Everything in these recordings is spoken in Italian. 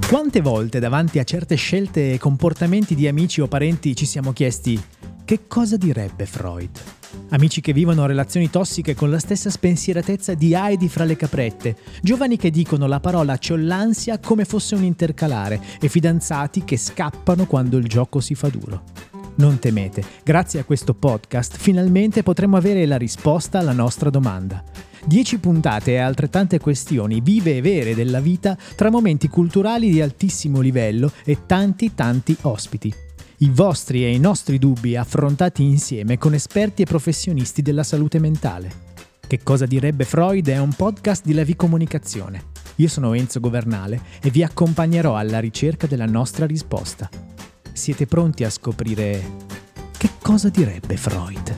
Quante volte davanti a certe scelte e comportamenti di amici o parenti ci siamo chiesti che cosa direbbe Freud? Amici che vivono relazioni tossiche con la stessa spensieratezza di Heidi fra le caprette, giovani che dicono la parola "c'ho l'ansia" come fosse un intercalare e fidanzati che scappano quando il gioco si fa duro. Non temete, grazie a questo podcast finalmente potremo avere la risposta alla nostra domanda. 10 puntate e altrettante questioni vive e vere della vita tra momenti culturali di altissimo livello e tanti ospiti. I vostri e i nostri dubbi affrontati insieme con esperti e professionisti della salute mentale. Che cosa direbbe Freud è un podcast di Levi Comunicazione. Io sono Enzo Governale e vi accompagnerò alla ricerca della nostra risposta. Siete pronti a scoprire che cosa direbbe Freud?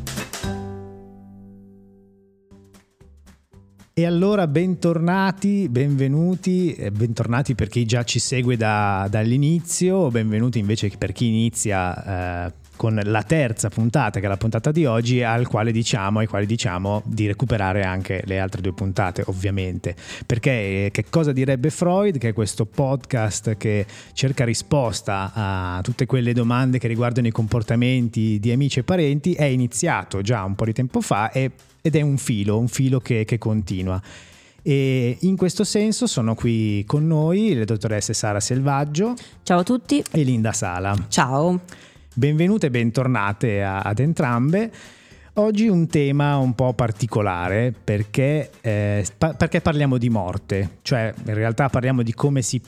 E allora bentornati, benvenuti per chi già ci segue dall'inizio, benvenuti invece per chi inizia con la terza puntata, che è la puntata di oggi, ai quali diciamo di recuperare anche le altre 2 puntate, ovviamente. Perché che cosa direbbe Freud, che è questo podcast che cerca risposta a tutte quelle domande che riguardano i comportamenti di amici e parenti, è iniziato già un po' di tempo fa ed è un filo che continua. E in questo senso sono qui con noi le dottoresse Sara Selvaggio. Ciao a tutti. E Linda Sala. Ciao. Benvenute e bentornate ad entrambe. Oggi un tema un po' particolare perché parliamo di morte, cioè in realtà parliamo di come si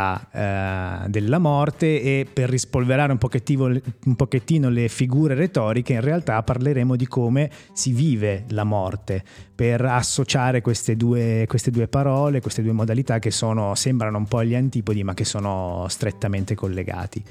parla della morte, e per rispolverare un pochettino le figure retoriche in realtà parleremo di come si vive la morte, per associare queste due parole, queste 2 modalità che sembrano un po' agli antipodi ma che sono strettamente collegati.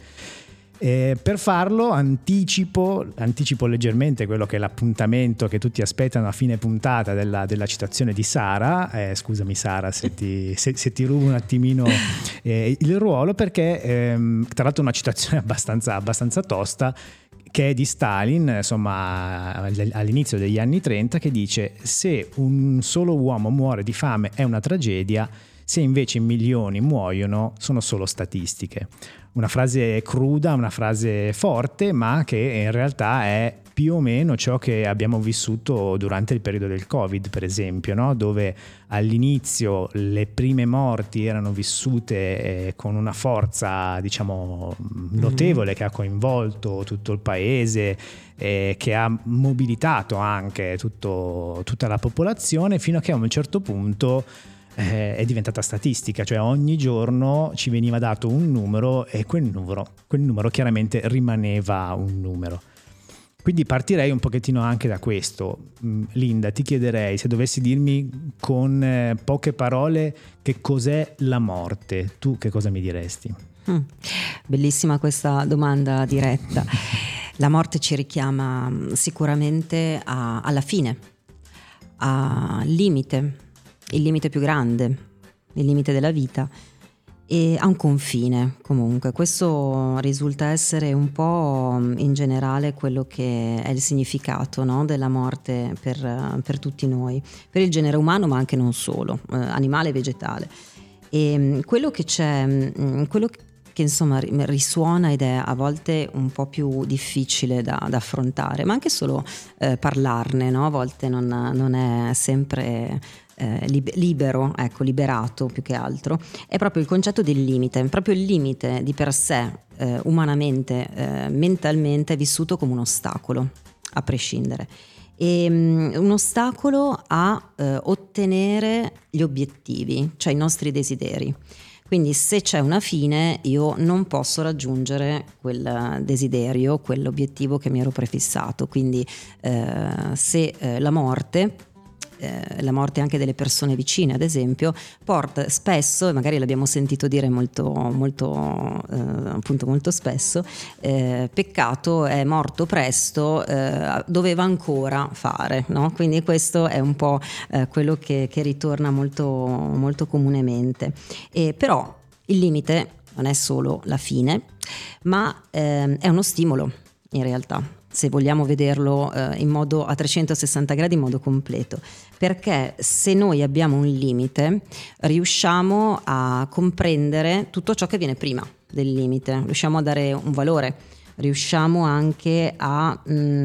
Per farlo anticipo leggermente quello che è l'appuntamento che tutti aspettano a fine puntata della citazione di Sara. Scusami Sara se ti rubo un attimino il ruolo, perché tra l'altro una citazione abbastanza tosta, che è di Stalin, insomma, all'inizio degli anni 30, che dice: se un solo uomo muore di fame è una tragedia, se invece milioni muoiono sono solo statistiche. Una frase cruda, una frase forte, ma che in realtà è più o meno ciò che abbiamo vissuto durante il periodo del Covid, per esempio, no? Dove all'inizio le prime morti erano vissute con una forza, diciamo, notevole, che ha coinvolto tutto il paese, che ha mobilitato anche tutta la popolazione, fino a che a un certo punto è diventata statistica, cioè ogni giorno ci veniva dato un numero e quel numero chiaramente rimaneva un numero. Quindi partirei un pochettino anche da questo. Linda, ti chiederei se dovessi dirmi con poche parole che cos'è la morte, tu che cosa mi diresti? Bellissima questa domanda diretta. La morte ci richiama sicuramente alla fine, al limite, il limite più grande, il limite della vita, e ha un confine. Comunque questo risulta essere un po' in generale quello che è il significato, no, della morte per tutti noi, per il genere umano, ma anche non solo, animale e vegetale. E quello che c'è, quello che insomma risuona ed è a volte un po' più difficile da affrontare, ma anche solo parlarne, no? A volte non è sempre libero, liberato più che altro, è proprio il concetto del limite. Proprio il limite di per sé, umanamente, mentalmente, è vissuto come un ostacolo, a prescindere. E un ostacolo a ottenere gli obiettivi, cioè i nostri desideri. Quindi se c'è una fine, io non posso raggiungere quel desiderio, quell'obiettivo che mi ero prefissato. Quindi se la morte anche delle persone vicine, ad esempio, porta spesso, e magari l'abbiamo sentito dire molto spesso, peccato è morto presto, doveva ancora fare, no? Quindi questo è un po' quello che ritorna molto comunemente. Però il limite non è solo la fine, ma è uno stimolo in realtà, se vogliamo vederlo in modo a 360 gradi, in modo completo, perché se noi abbiamo un limite riusciamo a comprendere tutto ciò che viene prima del limite, riusciamo a dare un valore, riusciamo anche a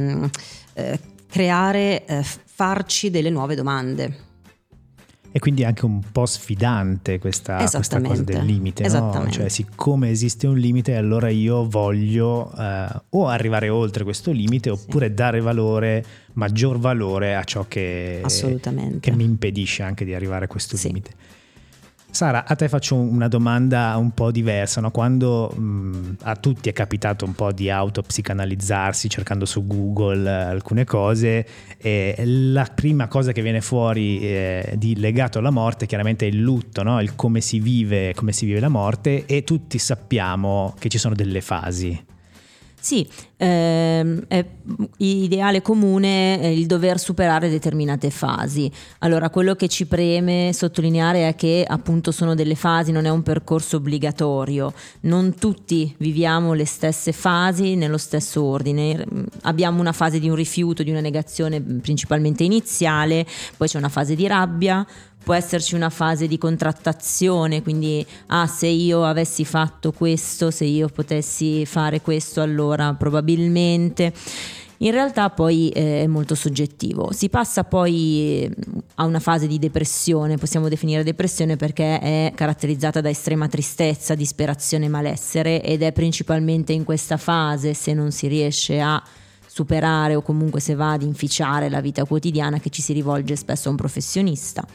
farci delle nuove domande. E quindi anche un po' sfidante questa cosa del limite, no? Cioè, siccome esiste un limite, allora io voglio o arrivare oltre questo limite, oppure dare maggior valore a ciò che mi impedisce anche di arrivare a questo limite. Sara, a te faccio una domanda un po' diversa, no? Quando a tutti è capitato un po' di autopsicanalizzarsi cercando su Google alcune cose, la prima cosa che viene fuori legato alla morte chiaramente è il lutto, no? Il come si vive la morte, e tutti sappiamo che ci sono delle fasi. Sì, è ideale comune il dover superare determinate fasi. Allora, quello che ci preme sottolineare è che appunto sono delle fasi, non è un percorso obbligatorio. Non tutti viviamo le stesse fasi nello stesso ordine. Abbiamo una fase di un rifiuto, di una negazione principalmente iniziale, poi c'è una fase di rabbia, può esserci una fase di contrattazione, quindi se io avessi fatto questo, se io potessi fare questo, allora probabilmente. In realtà poi è molto soggettivo. Si passa poi a una fase di depressione, possiamo definire depressione perché è caratterizzata da estrema tristezza, disperazione, malessere, ed è principalmente in questa fase, se non si riesce a superare o comunque se va ad inficiare la vita quotidiana, che ci si rivolge spesso a un professionista.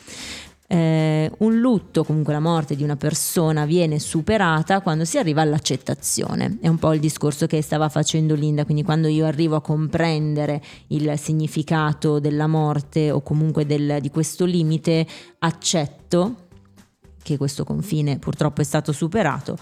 Un lutto, comunque la morte di una persona, viene superata quando si arriva all'accettazione. È un po' il discorso che stava facendo Linda, quindi quando io arrivo a comprendere il significato della morte o comunque di questo limite, accetto che questo confine purtroppo è stato superato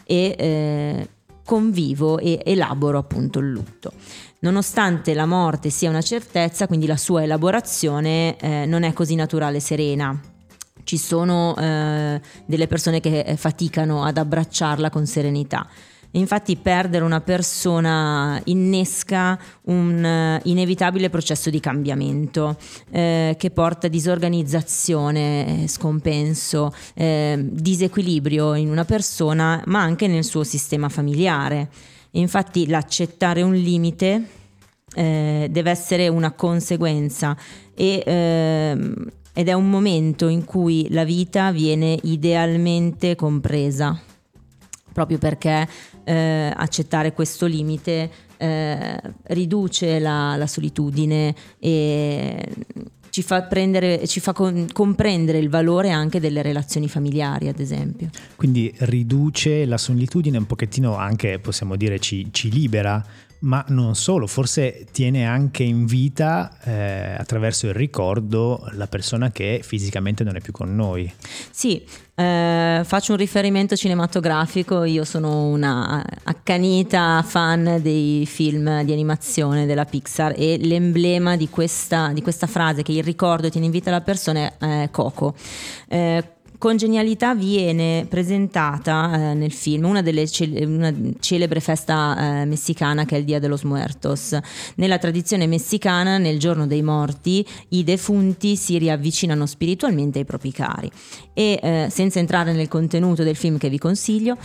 e convivo e elaboro appunto il lutto. Nonostante la morte sia una certezza, quindi la sua elaborazione non è così naturale e serena. Ci sono delle persone che faticano ad abbracciarla con serenità. Infatti perdere una persona innesca un inevitabile processo di cambiamento che porta disorganizzazione, scompenso, disequilibrio in una persona, ma anche nel suo sistema familiare. Infatti l'accettare un limite deve essere una conseguenza ed è un momento in cui la vita viene idealmente compresa, proprio perché accettare questo limite riduce la solitudine e ci fa comprendere il valore anche delle relazioni familiari, ad esempio. Quindi riduce la solitudine, un pochettino anche, possiamo dire, ci libera, ma non solo, forse tiene anche in vita attraverso il ricordo la persona che fisicamente non è più con noi. Sì, faccio un riferimento cinematografico. Io sono una accanita fan dei film di animazione della Pixar e l'emblema di questa frase che il ricordo tiene in vita la persona è Coco. Con genialità viene presentata nel film una celebre festa messicana che è il Dia de los Muertos. Nella tradizione messicana, nel giorno dei morti, i defunti si riavvicinano spiritualmente ai propri cari e senza entrare nel contenuto del film che vi consiglio,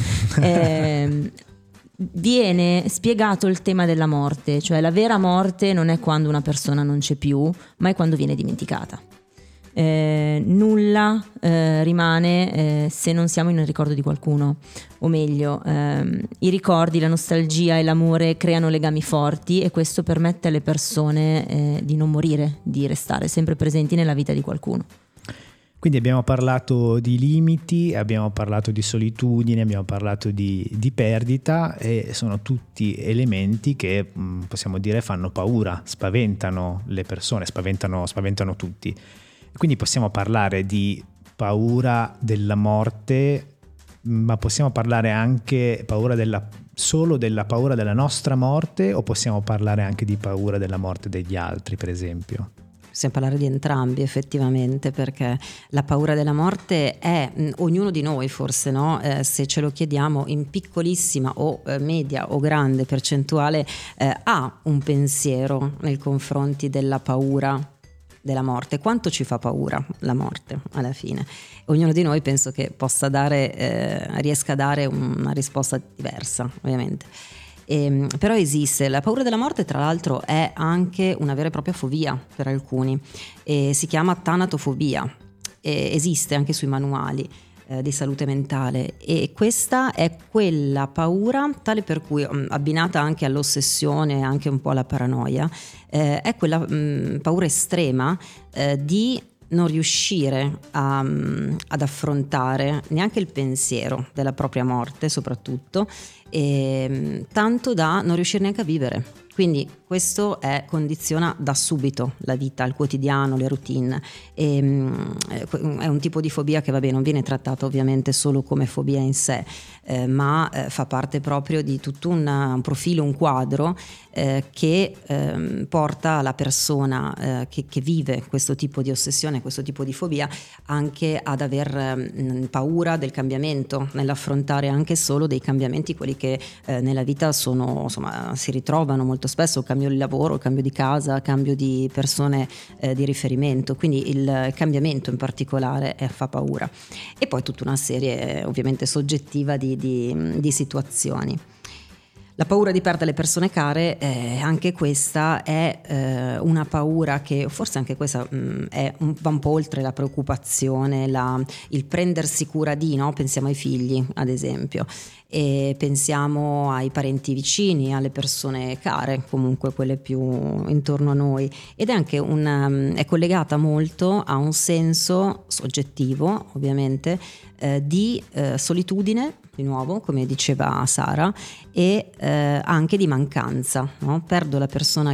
viene spiegato il tema della morte, cioè la vera morte non è quando una persona non c'è più, ma è quando viene dimenticata. Nulla rimane se non siamo nel ricordo di qualcuno, o meglio, i ricordi, la nostalgia e l'amore creano legami forti e questo permette alle persone di non morire, di restare sempre presenti nella vita di qualcuno. Quindi abbiamo parlato di limiti, abbiamo parlato di solitudine, abbiamo parlato di perdita, e sono tutti elementi che possiamo dire fanno paura, spaventano le persone, spaventano tutti. Quindi possiamo parlare di paura della morte, ma possiamo parlare anche solo della paura della nostra morte, o possiamo parlare anche di paura della morte degli altri, per esempio? Possiamo parlare di entrambi effettivamente, perché la paura della morte è ognuno di noi, forse, no? Se ce lo chiediamo, in piccolissima o media o grande percentuale ha un pensiero nei confronti della paura della morte. Quanto ci fa paura la morte alla fine? Ognuno di noi penso che possa riesca a dare una risposta diversa, ovviamente. Però esiste. La paura della morte, tra l'altro, è anche una vera e propria fobia per alcuni, si chiama tanatofobia, esiste anche sui manuali di salute mentale, e questa è quella paura tale per cui, abbinata anche all'ossessione, anche un po' alla paranoia, è quella paura estrema di non riuscire ad affrontare neanche il pensiero della propria morte, soprattutto, tanto da non riuscire neanche a vivere. Quindi questo condiziona da subito la vita, il quotidiano, le routine. È un tipo di fobia che, non viene trattato ovviamente solo come fobia in sé, ma fa parte proprio di tutto un profilo, un quadro che porta la persona che vive questo tipo di ossessione, questo tipo di fobia, anche ad aver paura del cambiamento, nell'affrontare anche solo dei cambiamenti, quelli che nella vita sono, insomma, si ritrovano molto spesso: cambio di lavoro, cambio di casa, cambio di persone di riferimento. Quindi il cambiamento in particolare fa paura, e poi tutta una serie ovviamente soggettiva di situazioni. La paura di perdere le persone care, anche questa è una paura che forse anche questa va un po' oltre la preoccupazione, il prendersi cura di, no? Pensiamo ai figli, ad esempio, e pensiamo ai parenti vicini, alle persone care, comunque quelle più intorno a noi, ed è anche è collegata molto a un senso soggettivo, ovviamente, di solitudine, di nuovo, come diceva Sara, e anche di mancanza, no? Perdo la persona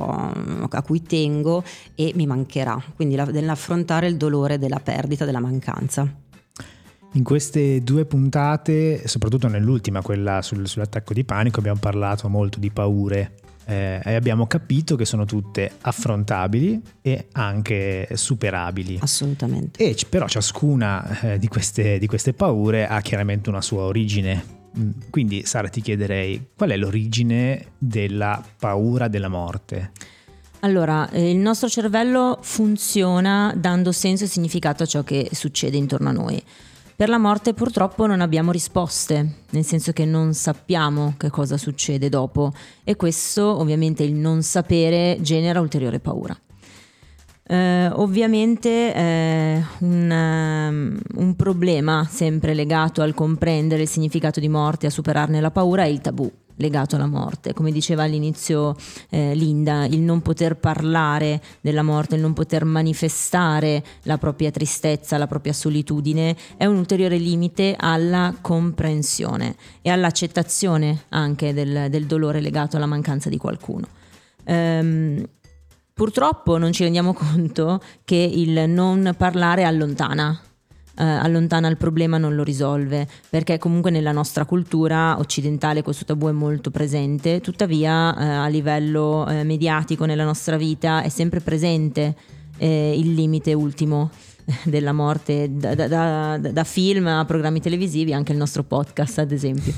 a cui tengo e mi mancherà, quindi nell'affrontare il dolore della perdita, della mancanza. In queste 2 puntate, soprattutto nell'ultima, quella sull'attacco di panico, abbiamo parlato molto di paure e abbiamo capito che sono tutte affrontabili e anche superabili. Assolutamente. E però ciascuna di queste paure ha chiaramente una sua origine. Quindi, Sara, ti chiederei: qual è l'origine della paura della morte? Allora, il nostro cervello funziona dando senso e significato a ciò che succede intorno a noi. Per la morte purtroppo non abbiamo risposte, nel senso che non sappiamo che cosa succede dopo, e questo, ovviamente, il non sapere genera ulteriore paura. Ovviamente un problema sempre legato al comprendere il significato di morte e a superarne la paura è il tabù legato alla morte. Come diceva all'inizio Linda, il non poter parlare della morte, il non poter manifestare la propria tristezza, la propria solitudine è un ulteriore limite alla comprensione e all'accettazione anche del dolore legato alla mancanza di qualcuno. Purtroppo non ci rendiamo conto che il non parlare allontana il problema, non lo risolve, perché comunque nella nostra cultura occidentale questo tabù è molto presente. Tuttavia a livello mediatico nella nostra vita è sempre presente il limite ultimo della morte, da film a programmi televisivi, anche il nostro podcast ad esempio.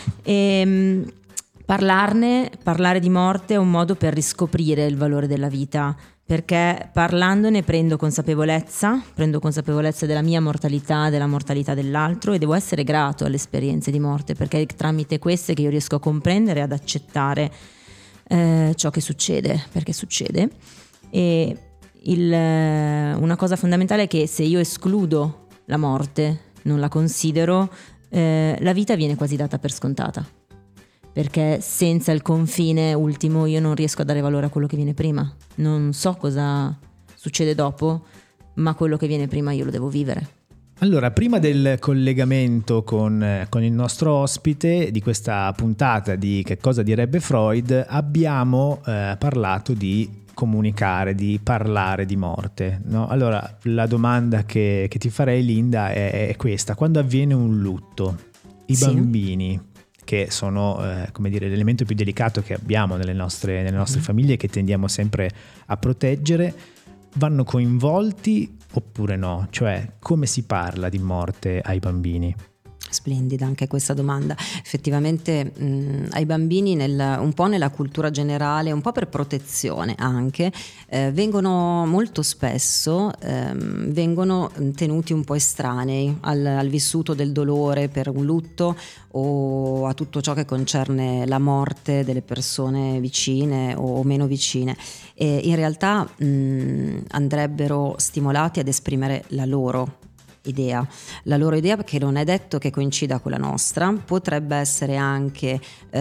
Parlare di morte è un modo per riscoprire il valore della vita, perché parlandone prendo consapevolezza della mia mortalità, della mortalità dell'altro, e devo essere grato alle esperienze di morte, perché è tramite queste che io riesco a comprendere e ad accettare ciò che succede, perché succede. E una cosa fondamentale è che se io escludo la morte, non la considero, la vita viene quasi data per scontata, perché senza il confine ultimo io non riesco a dare valore a quello che viene prima. Non so cosa succede dopo, ma quello che viene prima io lo devo vivere. Allora, prima del collegamento con il nostro ospite di questa puntata di Che cosa direbbe Freud, abbiamo parlato di comunicare, di parlare di morte, no? Allora, la domanda che ti farei, Linda, è questa: quando avviene un lutto, i bambini, che sono come dire l'elemento più delicato che abbiamo nelle nostre famiglie, che tendiamo sempre a proteggere, vanno coinvolti oppure no? Cioè, come si parla di morte ai bambini? Splendida anche questa domanda. Effettivamente ai bambini un po' nella cultura generale, un po' per protezione anche, vengono molto spesso vengono tenuti un po' estranei al vissuto del dolore per un lutto o a tutto ciò che concerne la morte delle persone vicine o meno vicine, e in realtà andrebbero stimolati ad esprimere la loro idea, perché non è detto che coincida con la nostra, potrebbe essere anche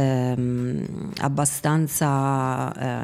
abbastanza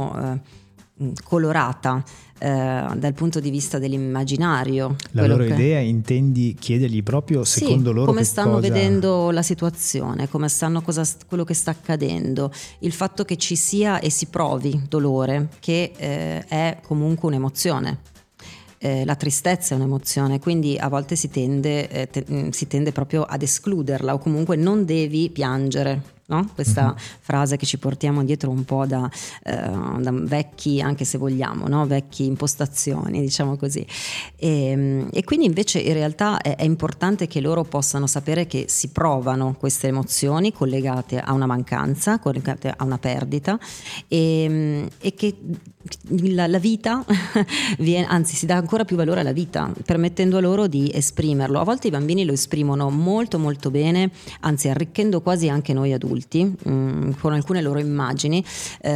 colorata dal punto di vista dell'immaginario. La loro idea, intendi chiedergli proprio secondo loro come stanno vedendo la situazione, come stanno, quello che sta accadendo, il fatto che ci sia e si provi dolore, che è comunque un'emozione. La tristezza è un'emozione, quindi a volte si tende proprio ad escluderla, o comunque non devi piangere, no? Questa frase che ci portiamo dietro un po' da vecchi, anche se vogliamo, no? Vecchi impostazioni, diciamo così, e quindi invece in realtà è importante che loro possano sapere che si provano queste emozioni collegate a una mancanza, collegate a una perdita, e che la vita anzi si dà ancora più valore alla vita, permettendo a loro di esprimerlo. A volte i bambini lo esprimono molto molto bene, anzi arricchendo quasi anche noi adulti con alcune loro immagini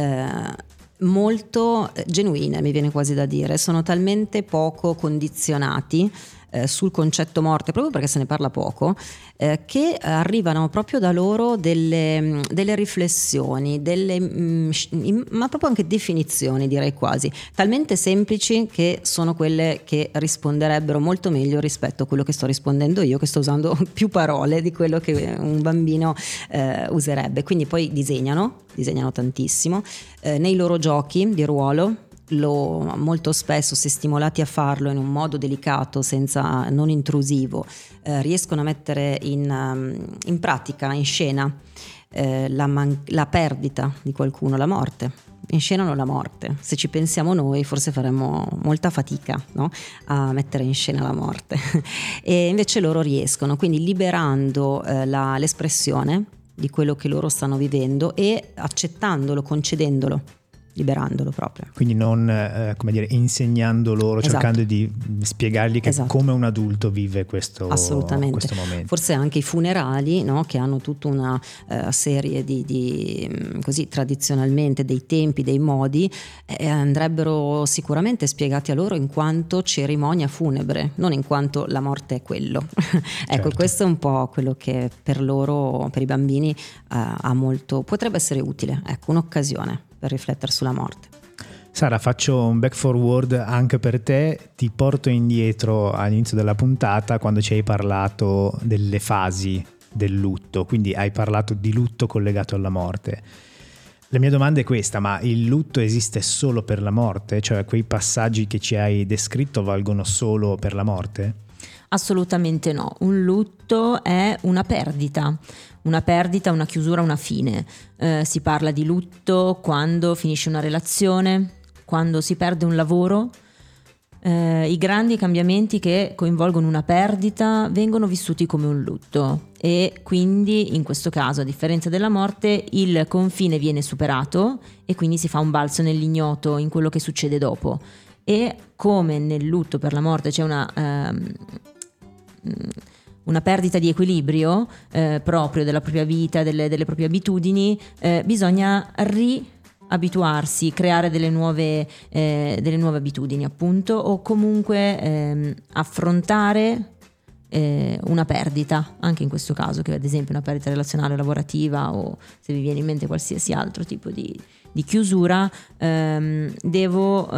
molto genuine, mi viene quasi da dire. Sono talmente poco condizionati sul concetto morte, proprio perché se ne parla poco, che arrivano proprio da loro delle riflessioni, ma proprio anche definizioni, direi quasi, talmente semplici che sono quelle che risponderebbero molto meglio rispetto a quello che sto rispondendo io, che sto usando più parole di quello che un bambino userebbe. Quindi poi disegnano tantissimo nei loro giochi di ruolo. Molto spesso, se stimolati a farlo in un modo delicato, non intrusivo, riescono a mettere in pratica, in scena la perdita di qualcuno, la morte. Inscenano la morte. Se ci pensiamo noi forse faremmo molta fatica, no? A mettere in scena la morte e invece loro riescono, quindi liberando l'espressione di quello che loro stanno vivendo e accettandolo, concedendolo, liberandolo proprio. Quindi non insegnando loro, esatto, cercando di spiegargli che esatto, come un adulto vive questo momento. Forse anche i funerali, no? Che hanno tutta una serie di così tradizionalmente dei tempi, dei modi, andrebbero sicuramente spiegati a loro in quanto cerimonia funebre, non in quanto la morte è quello. Ecco, certo. Questo è un po' quello che per loro, per i bambini, potrebbe essere utile, ecco, un'occasione per riflettere sulla morte. Sara, faccio un back forward anche per te, ti porto indietro all'inizio della puntata quando ci hai parlato delle fasi del lutto, quindi hai parlato di lutto collegato alla morte. La mia domanda è questa: ma il lutto esiste solo per la morte? Cioè quei passaggi che ci hai descritto valgono solo per la morte? Assolutamente no, un lutto è una perdita, una chiusura, una fine. Si parla di lutto quando finisce una relazione, quando si perde un lavoro. I grandi cambiamenti che coinvolgono una perdita vengono vissuti come un lutto e quindi in questo caso, a differenza della morte, il confine viene superato e quindi si fa un balzo nell'ignoto in quello che succede dopo. E come nel lutto per la morte c'è una perdita di equilibrio proprio della propria vita, delle proprie abitudini, bisogna riabituarsi, creare delle nuove abitudini, appunto, o comunque affrontare una perdita, anche in questo caso, che ad esempio una perdita relazionale o lavorativa, o se vi viene in mente qualsiasi altro tipo di chiusura, devo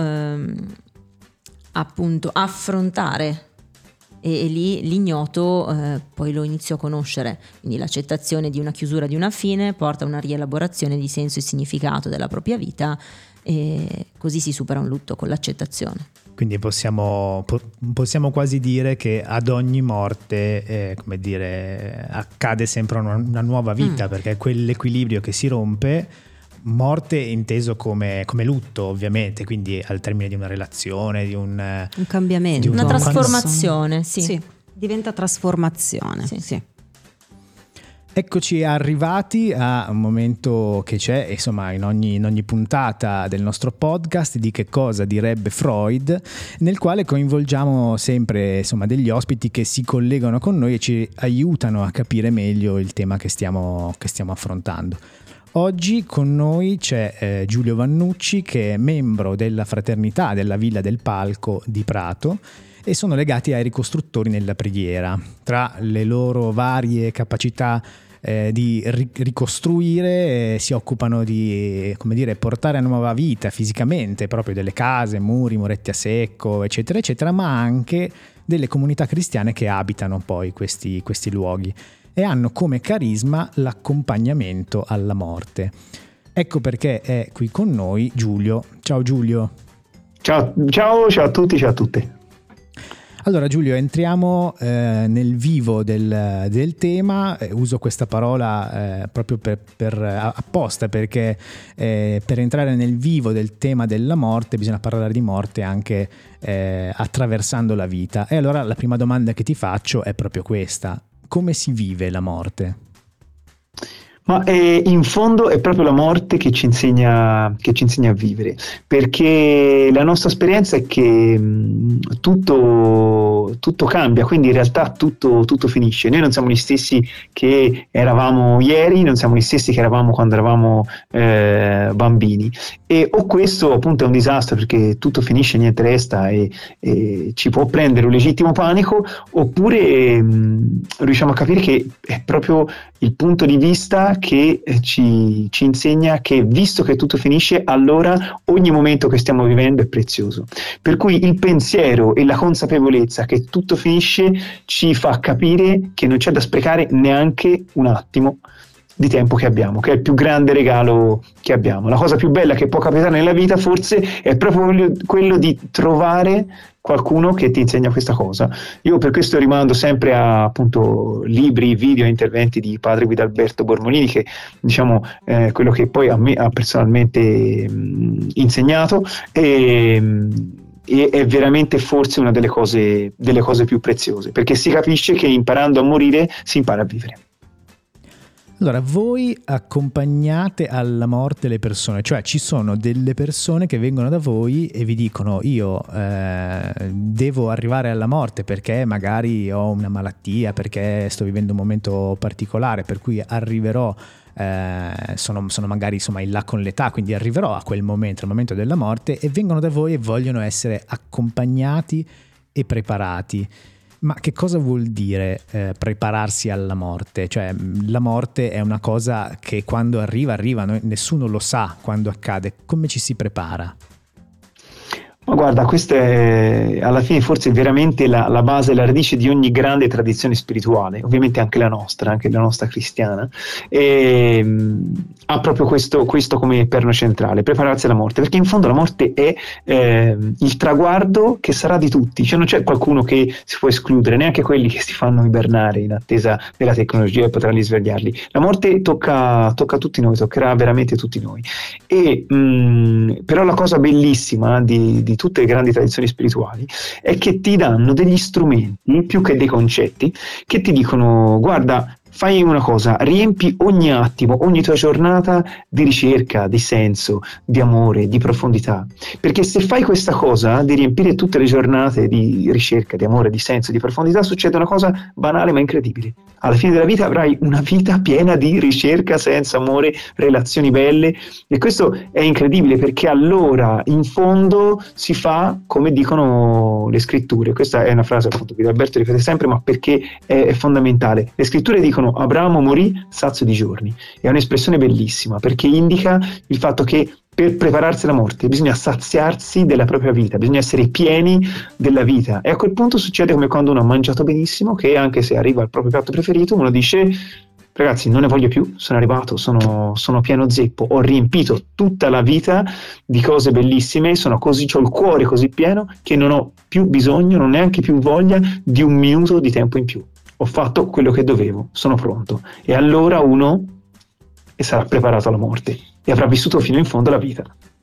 appunto affrontare. E lì l'ignoto poi lo inizio a conoscere, quindi l'accettazione di una chiusura, di una fine, porta a una rielaborazione di senso e significato della propria vita, e così si supera un lutto, con l'accettazione. Quindi possiamo quasi dire che ad ogni morte accade sempre una nuova vita, perché quell'equilibrio che si rompe, morte inteso come lutto ovviamente, quindi al termine di una relazione, di un cambiamento, una trasformazione, sì. Diventa trasformazione, sì. Eccoci arrivati a un momento che c'è, insomma, in ogni puntata del nostro podcast di Che cosa direbbe Freud, nel quale coinvolgiamo sempre, insomma, degli ospiti che si collegano con noi e ci aiutano a capire meglio il tema che stiamo affrontando. Oggi con noi c'è Giulio Vannucci, che è membro della fraternità della Villa del Palco di Prato, e sono legati ai ricostruttori nella preghiera. Tra le loro varie capacità di ricostruire, si occupano di, come dire, portare a nuova vita fisicamente proprio delle case, muri, muretti a secco, eccetera eccetera, ma anche delle comunità cristiane che abitano poi questi luoghi e hanno come carisma l'accompagnamento alla morte. Ecco perché è qui con noi Giulio. Ciao Giulio. Ciao a tutti, ciao a tutte. Allora Giulio, entriamo nel vivo del tema. Uso questa parola proprio apposta, perché per entrare nel vivo del tema della morte bisogna parlare di morte anche attraversando la vita. E allora la prima domanda che ti faccio è proprio questa: come si vive la morte? Ma in fondo è proprio la morte che ci insegna a vivere, perché la nostra esperienza è che tutto cambia, quindi in realtà tutto finisce. Noi non siamo gli stessi che eravamo ieri, non siamo gli stessi che eravamo quando eravamo bambini, o questo appunto è un disastro, perché tutto finisce, niente resta, e ci può prendere un legittimo panico, oppure riusciamo a capire che è proprio il punto di vista che ci insegna che, visto che tutto finisce, allora ogni momento che stiamo vivendo è prezioso. Per cui il pensiero e la consapevolezza che tutto finisce ci fa capire che non c'è da sprecare neanche un attimo di tempo che abbiamo, che è il più grande regalo che abbiamo. La cosa più bella che può capitare nella vita forse è proprio quello di trovare qualcuno che ti insegna questa cosa. Io per questo rimando sempre a appunto libri, video e interventi di padre Guidalberto Bormolini, che diciamo quello che poi a me ha personalmente insegnato, e è veramente forse una delle cose più preziose, perché si capisce che imparando a morire si impara a vivere. Allora, voi accompagnate alla morte le persone, cioè ci sono delle persone che vengono da voi e vi dicono: io devo arrivare alla morte perché magari ho una malattia, perché sto vivendo un momento particolare, per cui arriverò, sono magari insomma in là con l'età, quindi arriverò a quel momento, al momento della morte, e vengono da voi e vogliono essere accompagnati e preparati. Ma che cosa vuol dire prepararsi alla morte? Cioè, la morte è una cosa che quando arriva, nessuno lo sa quando accade. Come ci si prepara? Ma guarda, questa è alla fine forse veramente la base, la radice di ogni grande tradizione spirituale, ovviamente anche la nostra cristiana, e ha proprio questo come perno centrale: prepararsi alla morte, perché in fondo la morte è il traguardo che sarà di tutti, cioè non c'è qualcuno che si può escludere, neanche quelli che si fanno ibernare in attesa della tecnologia e potrà risvegliarli. La morte tocca tutti noi, toccherà veramente tutti noi. E però la cosa bellissima di tutte le grandi tradizioni spirituali è che ti danno degli strumenti più che dei concetti, che ti dicono: guarda, fai una cosa, riempi ogni attimo, ogni tua giornata di ricerca, di senso, di amore, di profondità, perché se fai questa cosa di riempire tutte le giornate di ricerca, di amore, di senso, di profondità, succede una cosa banale ma incredibile: alla fine della vita avrai una vita piena di ricerca, senso, amore, relazioni belle. E questo è incredibile, perché allora in fondo si fa come dicono le scritture. Questa è una frase appunto che Alberto ripete sempre, ma perché è fondamentale. Le scritture dicono: Abramo morì sazio di giorni. È un'espressione bellissima, perché indica il fatto che per prepararsi alla morte bisogna saziarsi della propria vita, bisogna essere pieni della vita, e a quel punto succede come quando uno ha mangiato benissimo, che anche se arriva al proprio piatto preferito uno dice: ragazzi, non ne voglio più, sono arrivato, sono pieno zeppo, ho riempito tutta la vita di cose bellissime, c'ho il cuore così pieno che non ho più bisogno, non ho neanche più voglia di un minuto di tempo in più. Ho fatto quello che dovevo, sono pronto. E allora uno sarà preparato alla morte e avrà vissuto fino in fondo la vita.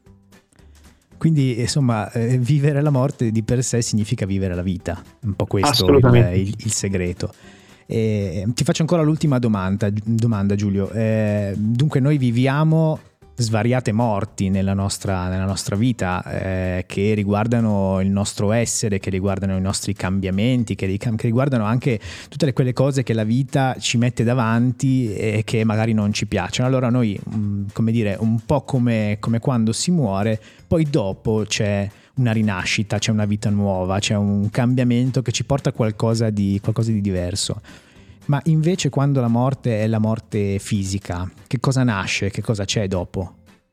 Quindi vivere la morte di per sé significa vivere la vita, un po' questo il segreto. Ti faccio ancora l'ultima domanda Giulio. Dunque noi viviamo svariate morti nella nostra vita, che riguardano il nostro essere, che riguardano i nostri cambiamenti, che riguardano anche tutte quelle cose che la vita ci mette davanti e che magari non ci piacciono. Allora noi, come dire, un po' come quando si muore, poi dopo c'è una rinascita, c'è una vita nuova, c'è un cambiamento che ci porta a qualcosa di diverso. Ma invece quando la morte è la morte fisica, che cosa nasce, che cosa c'è dopo?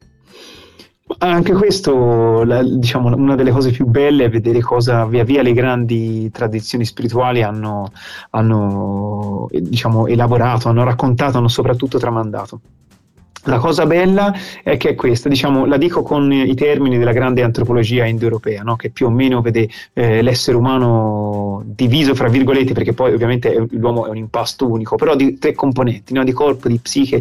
Anche questo, diciamo, una delle cose più belle è vedere cosa via via le grandi tradizioni spirituali hanno diciamo, elaborato, hanno raccontato, hanno soprattutto tramandato. La cosa bella è che è questa, diciamo, la dico con i termini della grande antropologia indoeuropea, no? Che più o meno vede l'essere umano diviso fra virgolette, perché poi ovviamente l'uomo è un impasto unico, però di 3 componenti, no? Di corpo, di psiche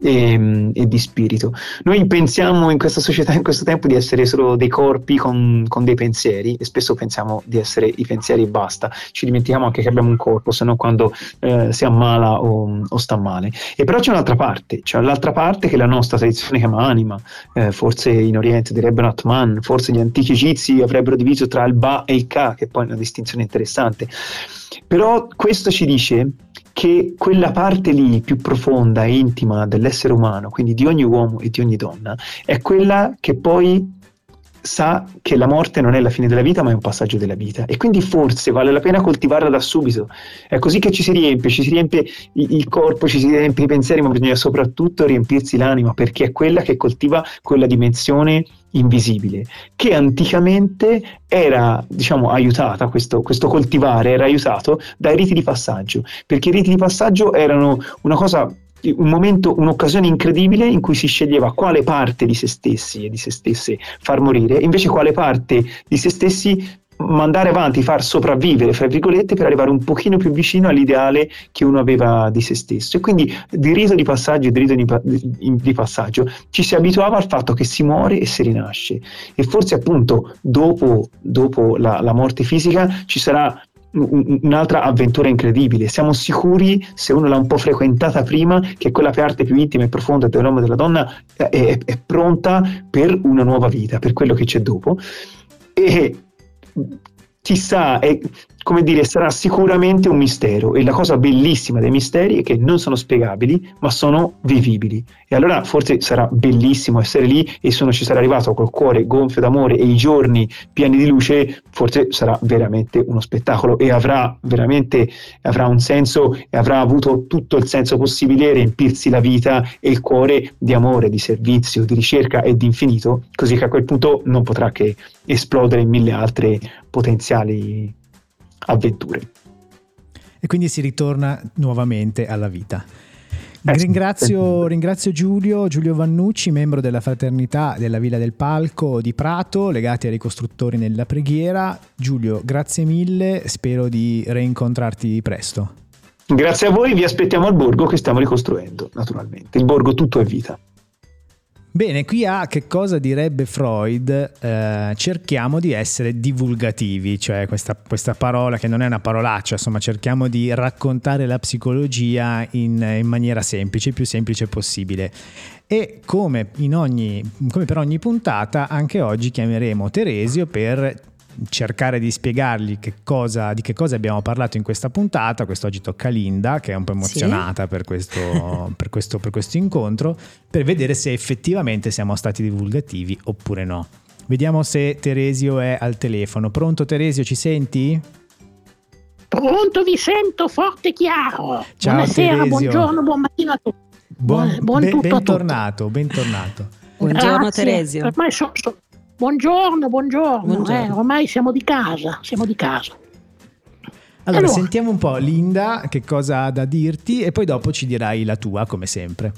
e di spirito. Noi pensiamo in questa società, in questo tempo, di essere solo dei corpi con dei pensieri, e spesso pensiamo di essere i pensieri e basta. Ci dimentichiamo anche che abbiamo un corpo, se no quando si ammala o sta male. E però c'è un'altra parte, che la nostra tradizione chiama anima, forse in Oriente direbbero Atman, forse gli antichi egizi avrebbero diviso tra il Ba e il Ka, che poi è una distinzione interessante. Però questo ci dice che quella parte lì più profonda e intima dell'essere umano, quindi di ogni uomo e di ogni donna, è quella che poi sa che la morte non è la fine della vita, ma è un passaggio della vita, e quindi forse vale la pena coltivarla da subito. È così che ci si riempie il corpo, ci si riempie i pensieri, ma bisogna soprattutto riempirsi l'anima, perché è quella che coltiva quella dimensione invisibile, che anticamente era, diciamo, aiutata, questo coltivare era aiutato dai riti di passaggio, perché i riti di passaggio erano un momento, un'occasione incredibile in cui si sceglieva quale parte di se stessi e di se stesse far morire, invece quale parte di se stessi mandare avanti, far sopravvivere, fra virgolette, per arrivare un pochino più vicino all'ideale che uno aveva di se stesso. E quindi di rito di passaggio e di rito di passaggio ci si abituava al fatto che si muore e si rinasce, e forse appunto dopo la morte fisica ci sarà un'altra avventura incredibile. Siamo sicuri, se uno l'ha un po' frequentata prima, che quella parte più intima e profonda dell'uomo e della donna è pronta per una nuova vita, per quello che c'è dopo. E chissà, come dire, sarà sicuramente un mistero, e la cosa bellissima dei misteri è che non sono spiegabili, ma sono vivibili. E allora forse sarà bellissimo essere lì, e se uno ci sarà arrivato col cuore gonfio d'amore e i giorni pieni di luce, forse sarà veramente uno spettacolo, e avrà un senso, e avrà avuto tutto il senso possibile riempirsi la vita e il cuore di amore, di servizio, di ricerca e di infinito, così che a quel punto non potrà che esplodere in 1000 altre potenziali avventure. E quindi si ritorna nuovamente alla vita. Ringrazio Giulio Vannucci, membro della fraternità della Villa del Palco di Prato, legati ai ricostruttori nella preghiera. Giulio, grazie mille, spero di reincontrarti presto. Grazie a voi, vi aspettiamo al borgo che stiamo ricostruendo, naturalmente. Il borgo tutto è vita. Bene, qui a Che cosa direbbe Freud cerchiamo di essere divulgativi, cioè questa parola che non è una parolaccia, insomma cerchiamo di raccontare la psicologia in maniera semplice, il più semplice possibile. E come per ogni puntata, anche oggi chiameremo Teresio per cercare di spiegargli di che cosa abbiamo parlato in questa puntata. Quest'oggi tocca a Linda, che è un po' emozionata per questo incontro, per vedere se effettivamente siamo stati divulgativi oppure no. Vediamo se Teresio è al telefono. Pronto Teresio, ci senti? Pronto, vi sento forte e chiaro. Ciao, buonasera, Teresio. Buongiorno, buon mattino a tutti. Bentornato. Buongiorno. Grazie. Teresio. Ormai Buongiorno. Ormai siamo di casa. Allora, sentiamo un po' Linda che cosa ha da dirti, e poi dopo ci dirai la tua, come sempre.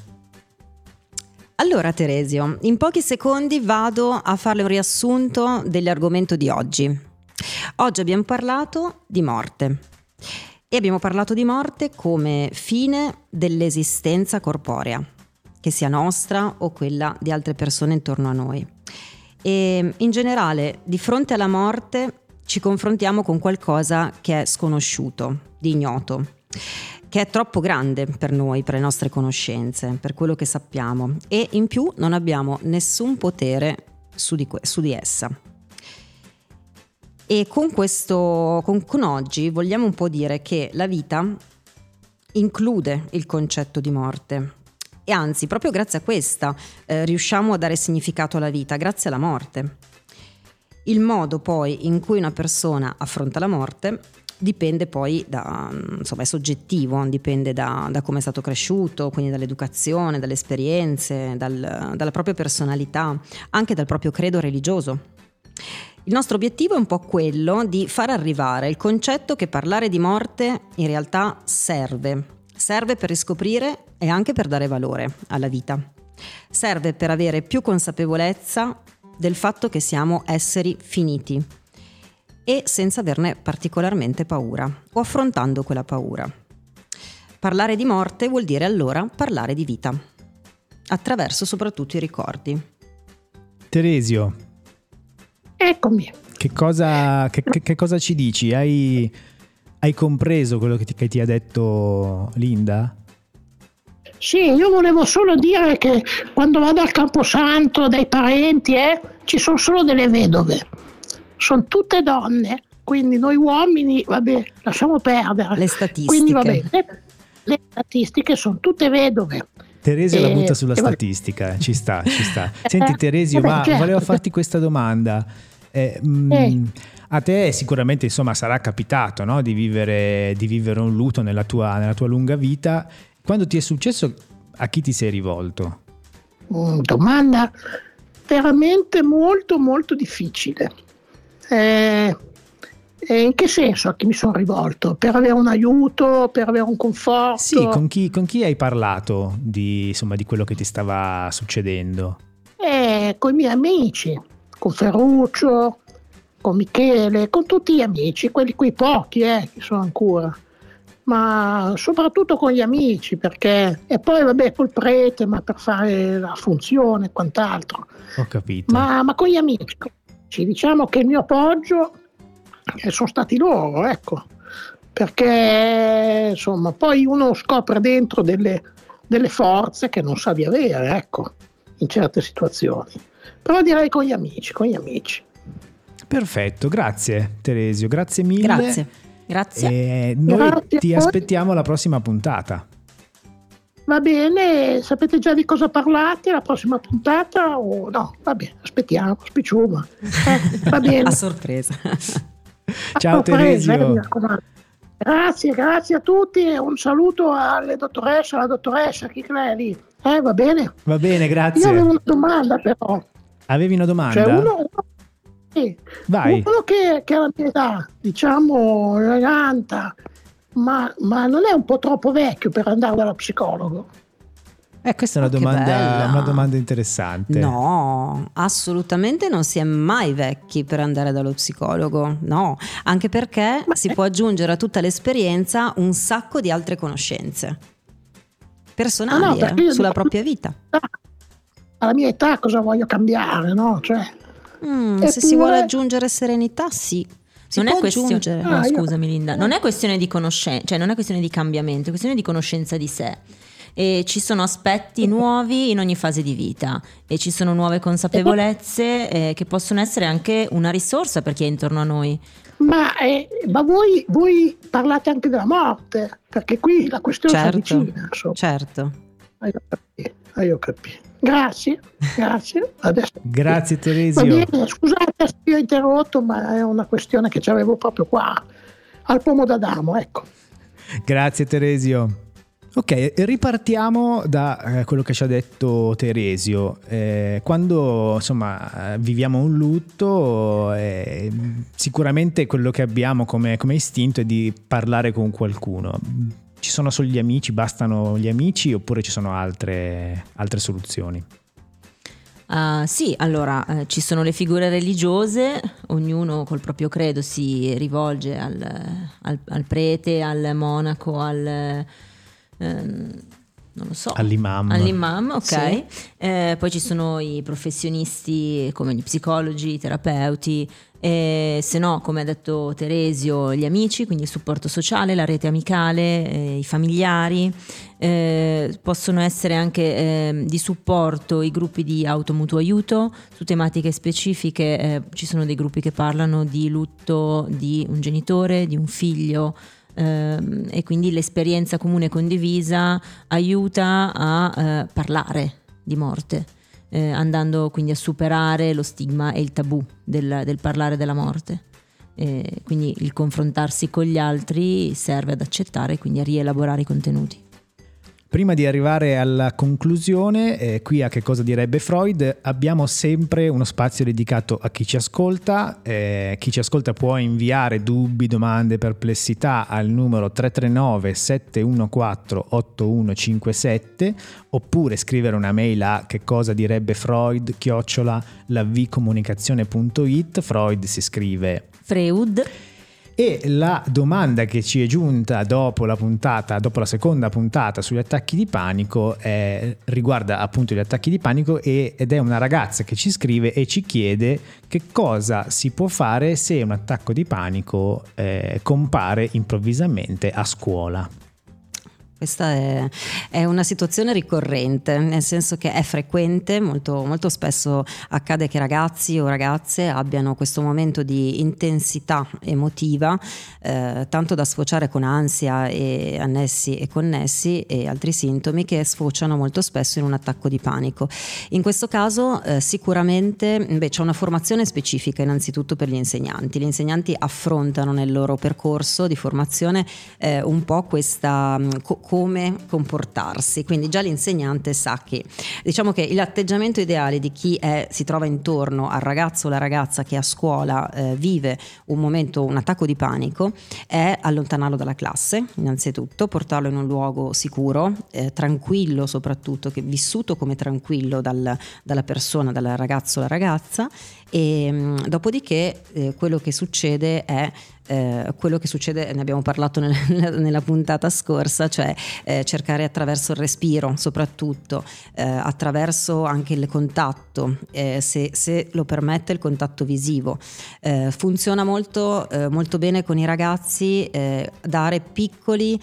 Allora Teresio, in pochi secondi vado a farle un riassunto dell'argomento di oggi. Oggi abbiamo parlato di morte, e abbiamo parlato di morte come fine dell'esistenza corporea, che sia nostra o quella di altre persone intorno a noi. E in generale, di fronte alla morte ci confrontiamo con qualcosa che è sconosciuto, di ignoto. che è troppo grande per noi, per le nostre conoscenze, per quello che sappiamo, e in più non abbiamo nessun potere su di essa. E con oggi vogliamo un po' dire che la vita include il concetto di morte, e anzi proprio grazie a questa riusciamo a dare significato alla vita, grazie alla morte. Il modo poi in cui una persona affronta la morte dipende poi è soggettivo, dipende da come è stato cresciuto, quindi dall'educazione, dalle esperienze, dalla propria personalità, anche dal proprio credo religioso. Il nostro obiettivo è un po' quello di far arrivare il concetto che parlare di morte in realtà serve per riscoprire e anche per dare valore alla vita. Serve per avere più consapevolezza del fatto che siamo esseri finiti e senza averne particolarmente paura o affrontando quella paura. Parlare di morte vuol dire allora parlare di vita, attraverso soprattutto i ricordi. Teresio, Eccomi. che cosa ci dici? Hai compreso quello che ti ha detto Linda? Sì, io volevo solo dire che quando vado al Camposanto dai parenti ci sono solo delle vedove, sono tutte donne, quindi noi uomini, vabbè, lasciamo perdere. Le statistiche. Quindi vabbè, le statistiche sono tutte vedove. Teresio la butta sulla statistica, ci sta. Senti Teresio, ma certo. volevo farti questa domanda. A te sicuramente sarà capitato, no? di vivere un lutto nella tua lunga vita. Quando ti è successo, a chi ti sei rivolto? Domanda veramente molto molto difficile. In che senso a chi mi sono rivolto? Per avere un aiuto, per avere un conforto? Sì, con chi hai parlato di quello che ti stava succedendo? Con i miei amici, con Ferruccio, con Michele, con tutti gli amici, quei pochi che sono ancora, ma soprattutto con gli amici, perché e poi vabbè col prete, ma per fare la funzione e quant'altro. Ho capito. Ma con gli amici, diciamo che il mio appoggio sono stati loro, ecco, perché poi uno scopre dentro delle forze che non sa di avere, ecco, in certe situazioni. Però direi con gli amici. Perfetto, grazie Teresio, grazie mille. Grazie. Noi Grazie ti a voi. aspettiamo alla prossima puntata. Va bene, sapete già di cosa parlate la prossima puntata o no? Va bene, aspettiamo, spicciuma. Va bene. A sorpresa. Ciao A sorpresa, Teresio. mi raccomando. Grazie a tutti e un saluto alla dottoressa, chi è lì? Va bene? Va bene, grazie. Io avevo una domanda però. Avevi una domanda? Cioè sì, Vai. uno che ha la mia età, diciamo 90, ma non è un po' troppo vecchio per andare dallo psicologo? Questa è una Che bella. una domanda interessante. No, assolutamente non si è mai vecchi per andare dallo psicologo, no, anche perché si può aggiungere a tutta l'esperienza un sacco di altre conoscenze personali perché io sulla dico- propria vita. Alla mia età cosa voglio cambiare, no? Cioè, Se si vuole aggiungere serenità, sì. Non può è questione, aggiungere. no, io- scusami Linda, non è questione di conoscenza, cioè non è questione di cambiamento, è questione di conoscenza di sé. E ci sono aspetti nuovi in ogni fase di vita e ci sono nuove consapevolezze che possono essere anche una risorsa per chi è intorno a noi. Ma voi parlate anche della morte, perché qui la questione si avvicina, insomma. Certo. Io capito. Grazie. Adesso, Grazie va Teresio. bene, scusate se vi ho interrotto, ma è una questione che avevo proprio qua, al pomo d'Adamo, ecco. Grazie Teresio. Ok, ripartiamo da quello che ci ha detto Teresio. Quando viviamo un lutto, sicuramente quello che abbiamo come istinto è di parlare con qualcuno. Ci sono solo gli amici, bastano gli amici oppure ci sono altre soluzioni? Sì, allora ci sono le figure religiose, ognuno col proprio credo si rivolge al prete, al monaco, non lo so. All'imam, ok. Sì. Poi ci sono i professionisti come gli psicologi, i terapeuti, se no, come ha detto Teresio, gli amici, quindi il supporto sociale, la rete amicale, i familiari. Possono essere anche di supporto i gruppi di automutuo aiuto su tematiche specifiche. Ci sono dei gruppi che parlano di lutto di un genitore, di un figlio, e quindi l'esperienza comune condivisa aiuta a parlare di morte, andando quindi a superare lo stigma e il tabù del parlare della morte. Quindi il confrontarsi con gli altri serve ad accettare e quindi a rielaborare i contenuti. Prima di arrivare alla conclusione, qui a Che cosa direbbe Freud, abbiamo sempre uno spazio dedicato a chi ci ascolta. Chi ci ascolta può inviare dubbi, domande, perplessità al numero 339 714 8157 oppure scrivere una mail a che cosa direbbe Freud @lavcomunicazione.it. Freud si scrive Freud. E la domanda che ci è giunta dopo la seconda puntata sugli attacchi di panico riguarda appunto gli attacchi di panico ed è una ragazza che ci scrive e ci chiede che cosa si può fare se un attacco di panico compare improvvisamente a scuola. Questa è una situazione ricorrente, nel senso che è frequente, molto, molto spesso accade che ragazzi o ragazze abbiano questo momento di intensità emotiva, tanto da sfociare con ansia e annessi e connessi e altri sintomi che sfociano molto spesso in un attacco di panico. In questo caso sicuramente c'è una formazione specifica innanzitutto per gli insegnanti. Gli insegnanti affrontano nel loro percorso di formazione un po' questa come comportarsi, quindi già l'insegnante sa che, diciamo che l'atteggiamento ideale di chi si trova intorno al ragazzo o la ragazza che a scuola vive un attacco di panico è allontanarlo dalla classe, innanzitutto portarlo in un luogo sicuro, tranquillo soprattutto, che vissuto come tranquillo dalla persona, dal ragazzo o la ragazza, e dopodiché quello che succede è quello che succede, ne abbiamo parlato nella puntata scorsa, cioè cercare attraverso il respiro, soprattutto attraverso anche il contatto, se lo permette il contatto visivo. Funziona molto bene con i ragazzi dare piccoli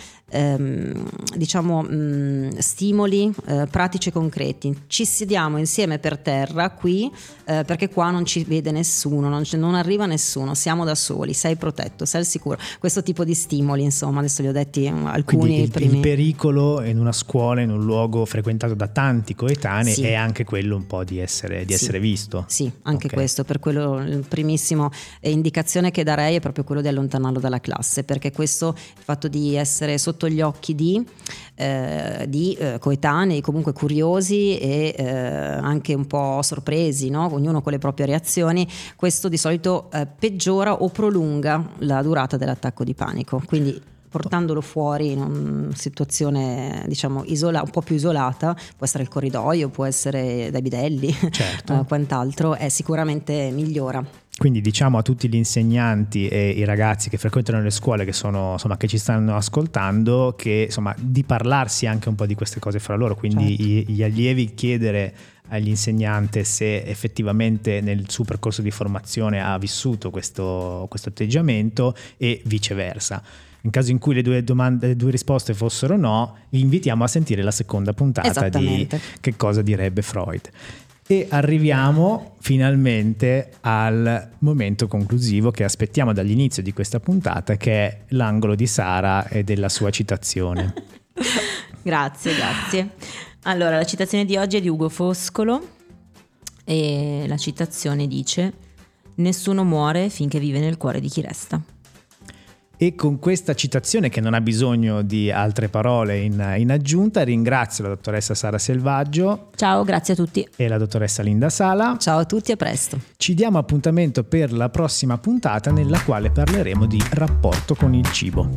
stimoli pratici e concreti. Ci sediamo insieme per terra qui perché qua non ci vede nessuno, non arriva nessuno, siamo da soli, sei protetto, sei al sicuro. Questo tipo di stimoli, insomma, adesso li ho detti alcuni. Quindi il pericolo in una scuola, in un luogo frequentato da tanti coetanei, sì, è anche quello un po' di essere visto. Sì, anche questo, per quello il primissimo indicazione che darei è proprio quello di allontanarlo dalla classe, perché questo, il fatto di essere sotto gli occhi di coetanei comunque curiosi e anche un po' sorpresi, no? Ognuno con le proprie reazioni, questo di solito peggiora o prolunga la durata dell'attacco di panico, quindi portandolo fuori in una situazione un po' più isolata, può essere il corridoio, può essere dai bidelli, certo. Quant'altro, è sicuramente migliora. Quindi diciamo a tutti gli insegnanti e i ragazzi che frequentano le scuole, che ci stanno ascoltando, che di parlarsi anche un po' di queste cose fra loro, quindi certo. Gli allievi chiedere agli insegnanti se effettivamente nel suo percorso di formazione ha vissuto questo atteggiamento e viceversa. In caso in cui le due risposte fossero no, vi invitiamo a sentire la seconda puntata di Che cosa direbbe Freud. E arriviamo finalmente al momento conclusivo che aspettiamo dall'inizio di questa puntata, che è l'angolo di Sara e della sua citazione. Grazie. Allora, la citazione di oggi è di Ugo Foscolo e la citazione dice: nessuno muore finché vive nel cuore di chi resta. E con questa citazione, che non ha bisogno di altre parole in aggiunta, ringrazio la dottoressa Sara Selvaggio. Ciao, grazie a tutti. E la dottoressa Linda Sala. Ciao a tutti, a presto. Ci diamo appuntamento per la prossima puntata, nella quale parleremo di rapporto con il cibo.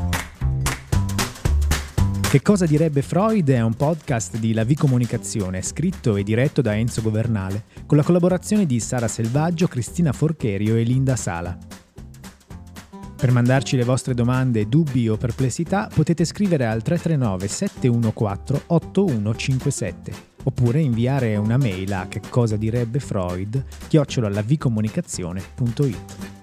Che cosa direbbe Freud è un podcast di La Comunicazione, scritto e diretto da Enzo Governale, con la collaborazione di Sara Selvaggio, Cristina Forcherio e Linda Sala. Per mandarci le vostre domande, dubbi o perplessità potete scrivere al 339 714 8157 oppure inviare una mail a che cosa direbbe Freud @lavcomunicazione.it.